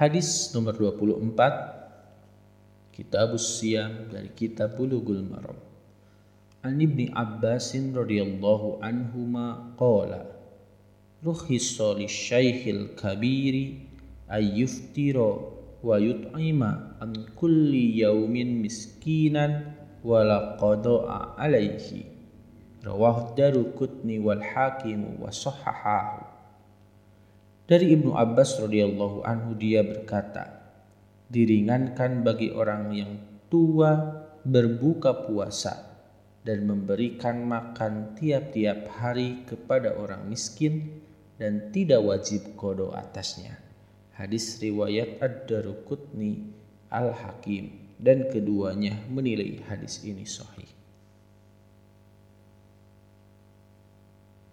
Hadis nomor 24, Kitabus Siyam dari Kitab Bulughul Maram. An Ibni Abbasin radhiyallahu anhuma qala rukhissa lisyaikhil kabiri ayyuftira wa yut'ima an kulli yaumin miskinan wa la qada'a alaihi. Rawahu Daruqutni wal Hakim wa sahhahahu. Dari Ibnu Abbas radhiyallahu anhu dia berkata, diringankan bagi orang yang tua berbuka puasa dan memberikan makan tiap-tiap hari kepada orang miskin dan tidak wajib qada atasnya. Hadis riwayat Ad-Daruqutni Al-Hakim dan keduanya menilai hadis ini sahih.